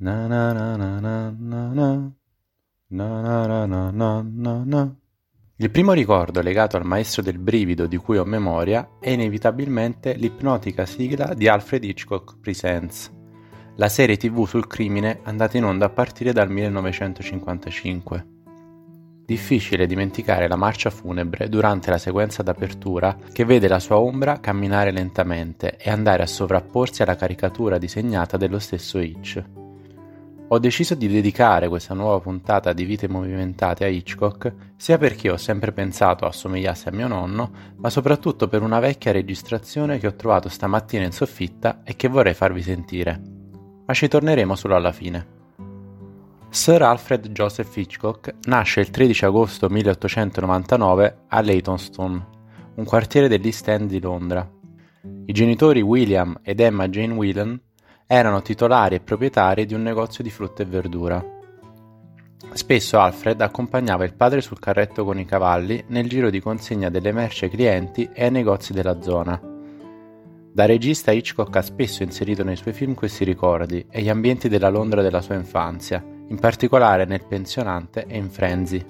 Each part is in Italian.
Na na na na na na na. Na na na na na na na. Il primo ricordo legato al maestro del brivido di cui ho memoria è inevitabilmente l'ipnotica sigla di Alfred Hitchcock Presents, la serie TV sul crimine andata in onda a partire dal 1955. Difficile dimenticare la marcia funebre durante la sequenza d'apertura che vede la sua ombra camminare lentamente e andare a sovrapporsi alla caricatura disegnata dello stesso Hitch. Ho deciso di dedicare questa nuova puntata di Vite Movimentate a Hitchcock sia perché ho sempre pensato assomigliasse a mio nonno, ma soprattutto per una vecchia registrazione che ho trovato stamattina in soffitta e che vorrei farvi sentire. Ma ci torneremo solo alla fine. Sir Alfred Joseph Hitchcock nasce il 13 agosto 1899 a Leytonstone, un quartiere dell'East End di Londra. I genitori William ed Emma Jane Whelan erano titolari e proprietari di un negozio di frutta e verdura. Spesso Alfred accompagnava il padre sul carretto con i cavalli nel giro di consegna delle merci ai clienti e ai negozi della zona. Da regista Hitchcock ha spesso inserito nei suoi film questi ricordi e gli ambienti della Londra della sua infanzia, in particolare nel Pensionante e in Frenzy.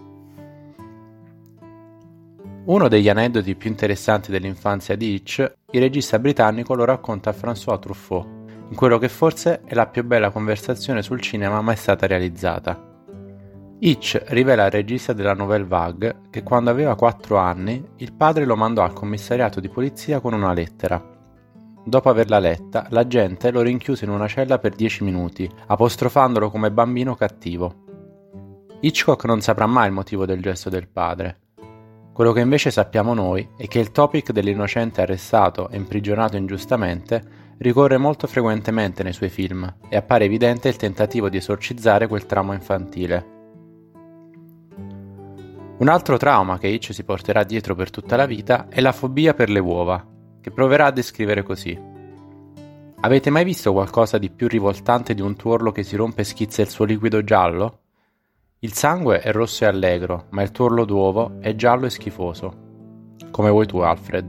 Uno degli aneddoti più interessanti dell'infanzia di Hitch, il regista britannico lo racconta a François Truffaut, in quello che forse è la più bella conversazione sul cinema mai stata realizzata. Hitch rivela al regista della Nouvelle Vague che quando aveva 4 anni il padre lo mandò al commissariato di polizia con una lettera. Dopo averla letta, l'agente lo rinchiuse in una cella per 10 minuti, apostrofandolo come bambino cattivo. Hitchcock non saprà mai il motivo del gesto del padre. Quello che invece sappiamo noi è che il topic dell'innocente arrestato e imprigionato ingiustamente ricorre molto frequentemente nei suoi film e appare evidente il tentativo di esorcizzare quel trauma infantile. Un altro trauma che Hitch si porterà dietro per tutta la vita è la fobia per le uova, che proverà a descrivere così. Avete mai visto qualcosa di più rivoltante di un tuorlo che si rompe e schizza il suo liquido giallo? Il sangue è rosso e allegro, ma il tuorlo d'uovo è giallo e schifoso. Come vuoi tu, Alfred.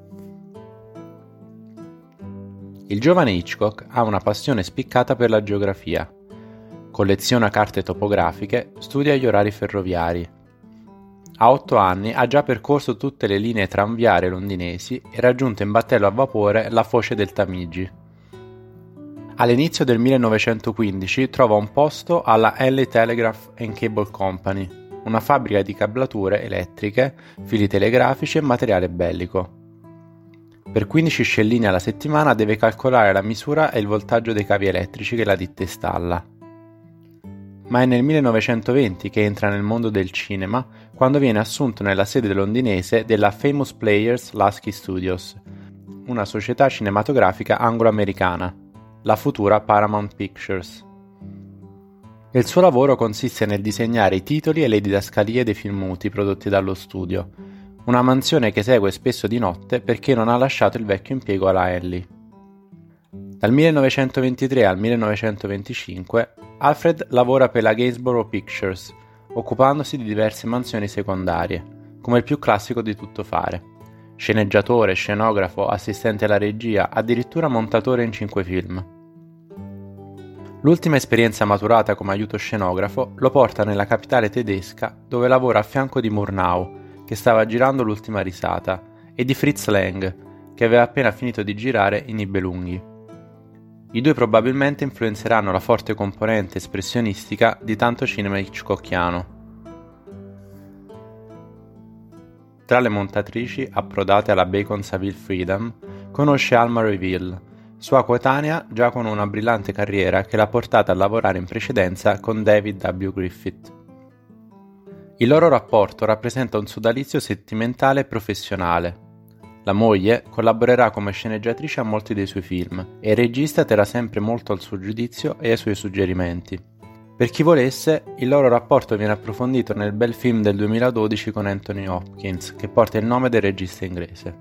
Il giovane Hitchcock ha una passione spiccata per la geografia. Colleziona carte topografiche, studia gli orari ferroviari. A 8 anni ha già percorso tutte le linee tranviarie londinesi e raggiunto in battello a vapore la foce del Tamigi. All'inizio del 1915 trova un posto alla Henley Telegraph and Cable Company, una fabbrica di cablature elettriche, fili telegrafici e materiale bellico. Per 15 scellini alla settimana deve calcolare la misura e il voltaggio dei cavi elettrici che la ditta installa. Ma è nel 1920 che entra nel mondo del cinema quando viene assunto nella sede londinese della Famous Players Lasky Studios, una società cinematografica anglo-americana, la futura Paramount Pictures. Il suo lavoro consiste nel disegnare i titoli e le didascalie dei film muti prodotti dallo studio, una mansione che esegue spesso di notte perché non ha lasciato il vecchio impiego alla Henley. Dal 1923 al 1925 Alfred lavora per la Gainsborough Pictures, occupandosi di diverse mansioni secondarie, come il più classico di tuttofare. Sceneggiatore, scenografo, assistente alla regia, addirittura montatore in 5 film. L'ultima esperienza maturata come aiuto scenografo lo porta nella capitale tedesca, dove lavora a fianco di Murnau, che stava girando L'ultima risata, e di Fritz Lang, che aveva appena finito di girare I Nibelunghi. I due probabilmente influenzeranno la forte componente espressionistica di tanto cinema hitchcockiano. Tra le montatrici approdate alla Bacon-Saville Freedom conosce Alma Reville, sua coetanea già con una brillante carriera che l'ha portata a lavorare in precedenza con David W. Griffith. Il loro rapporto rappresenta un sodalizio sentimentale e professionale. La moglie collaborerà come sceneggiatrice a molti dei suoi film e il regista terrà sempre molto al suo giudizio e ai suoi suggerimenti. Per chi volesse, il loro rapporto viene approfondito nel bel film del 2012 con Anthony Hopkins, che porta il nome del regista inglese.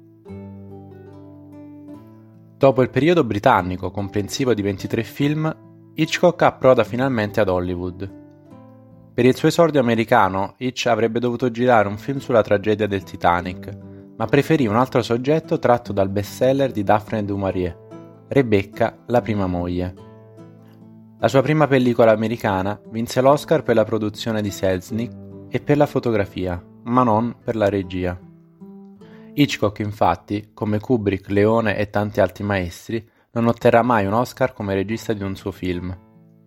Dopo il periodo britannico comprensivo di 23 film, Hitchcock approda finalmente ad Hollywood. Per il suo esordio americano, Hitch avrebbe dovuto girare un film sulla tragedia del Titanic, ma preferì un altro soggetto tratto dal bestseller di Daphne du Maurier, Rebecca, la prima moglie. La sua prima pellicola americana vinse l'Oscar per la produzione di Selznick e per la fotografia, ma non per la regia. Hitchcock, infatti, come Kubrick, Leone e tanti altri maestri, non otterrà mai un Oscar come regista di un suo film.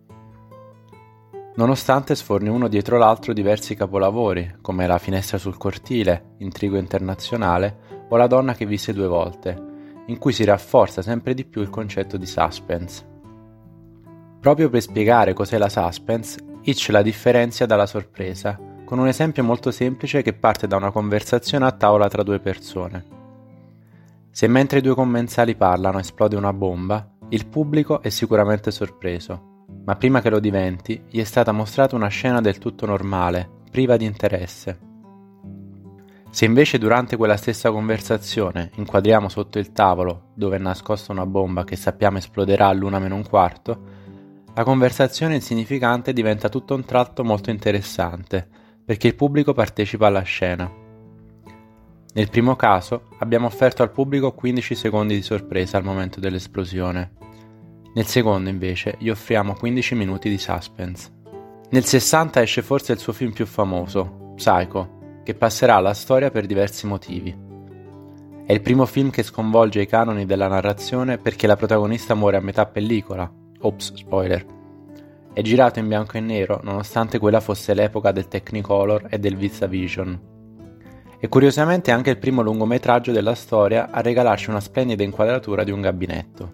Nonostante sforni uno dietro l'altro diversi capolavori, come La finestra sul cortile, Intrigo internazionale o La donna che visse 2 volte, in cui si rafforza sempre di più il concetto di suspense. Proprio per spiegare cos'è la suspense, Hitch la differenzia dalla sorpresa, con un esempio molto semplice che parte da una conversazione a tavola tra 2 persone. Se mentre i 2 commensali parlano esplode una bomba, il pubblico è sicuramente sorpreso, ma prima che lo diventi, gli è stata mostrata una scena del tutto normale, priva di interesse. Se invece durante quella stessa conversazione inquadriamo sotto il tavolo, dove è nascosta una bomba che sappiamo esploderà all'1:45, la conversazione insignificante diventa tutto a un tratto molto interessante, perché il pubblico partecipa alla scena. Nel primo caso abbiamo offerto al pubblico 15 secondi di sorpresa al momento dell'esplosione. Nel secondo invece gli offriamo 15 minuti di suspense. Nel 60 esce forse il suo film più famoso, Psycho, che passerà alla storia per diversi motivi. È il primo film che sconvolge i canoni della narrazione perché la protagonista muore a metà pellicola. Ops, spoiler. È girato in bianco e nero nonostante quella fosse l'epoca del Technicolor e del VistaVision. E curiosamente è anche il primo lungometraggio della storia a regalarci una splendida inquadratura di un gabinetto.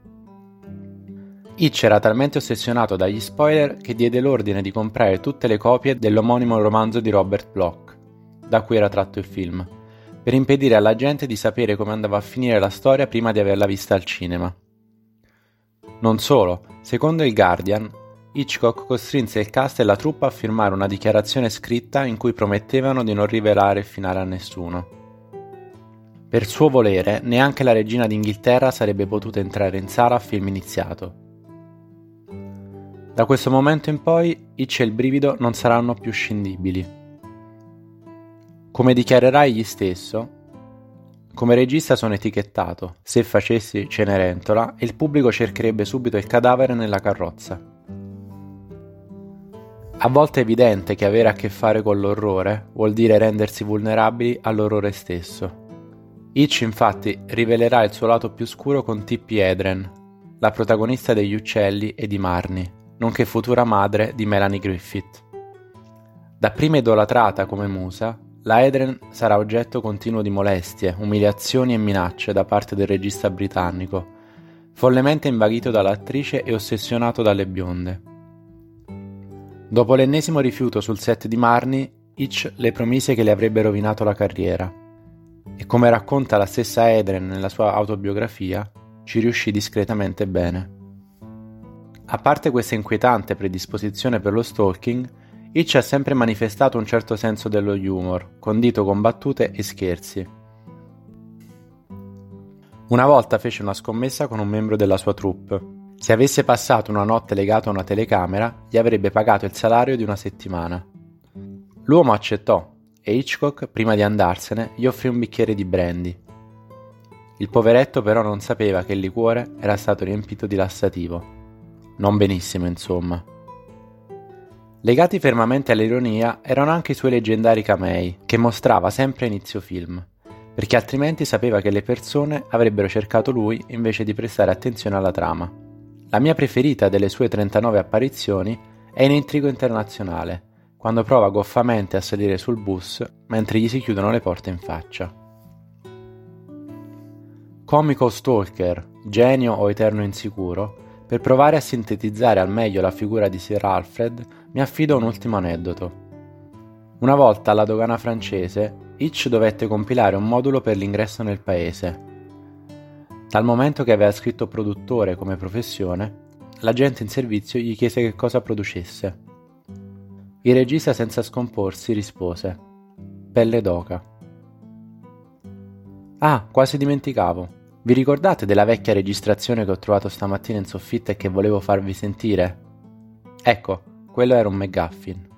Hitch era talmente ossessionato dagli spoiler che diede l'ordine di comprare tutte le copie dell'omonimo romanzo di Robert Bloch, da cui era tratto il film, per impedire alla gente di sapere come andava a finire la storia prima di averla vista al cinema. Non solo, secondo il Guardian, Hitchcock costrinse il cast e la troupe a firmare una dichiarazione scritta in cui promettevano di non rivelare il finale a nessuno. Per suo volere, neanche la regina d'Inghilterra sarebbe potuta entrare in sala a film iniziato. Da questo momento in poi, Hitch e il brivido non saranno più scindibili. Come dichiarerà egli stesso, come regista sono etichettato, se facessi Cenerentola, il pubblico cercherebbe subito il cadavere nella carrozza. A volte è evidente che avere a che fare con l'orrore vuol dire rendersi vulnerabili all'orrore stesso. Hitch infatti rivelerà il suo lato più scuro con Tippi Hedren, la protagonista degli Uccelli e di Marnie, nonché futura madre di Melanie Griffith. Dapprima idolatrata come musa, la Hedren sarà oggetto continuo di molestie, umiliazioni e minacce da parte del regista britannico, follemente invaghito dall'attrice e ossessionato dalle bionde. Dopo l'ennesimo rifiuto sul set di Marnie, Hitch le promise che le avrebbe rovinato la carriera, e come racconta la stessa Hedren nella sua autobiografia, ci riuscì discretamente bene. A parte questa inquietante predisposizione per lo stalking, Hitch ha sempre manifestato un certo senso dello humor, condito con battute e scherzi. Una volta fece una scommessa con un membro della sua troupe. Se avesse passato una notte legato a una telecamera, gli avrebbe pagato il salario di una settimana. L'uomo accettò e Hitchcock, prima di andarsene, gli offrì un bicchiere di brandy. Il poveretto però non sapeva che il liquore era stato riempito di lassativo. Non benissimo, insomma. Legati fermamente all'ironia erano anche i suoi leggendari camei, che mostrava sempre a inizio film, perché altrimenti sapeva che le persone avrebbero cercato lui invece di prestare attenzione alla trama. La mia preferita delle sue 39 apparizioni è in Intrigo internazionale, quando prova goffamente a salire sul bus mentre gli si chiudono le porte in faccia. Comico stalker, genio o eterno insicuro, per provare a sintetizzare al meglio la figura di Sir Alfred, mi affido a un ultimo aneddoto. Una volta alla dogana francese, Hitch dovette compilare un modulo per l'ingresso nel paese. Dal momento che aveva scritto produttore come professione, l'agente in servizio gli chiese che cosa producesse. Il regista, senza scomporsi, rispose: pelle d'oca. Ah, quasi dimenticavo. Vi ricordate della vecchia registrazione che ho trovato stamattina in soffitta e che volevo farvi sentire? Ecco, quello era un McGuffin.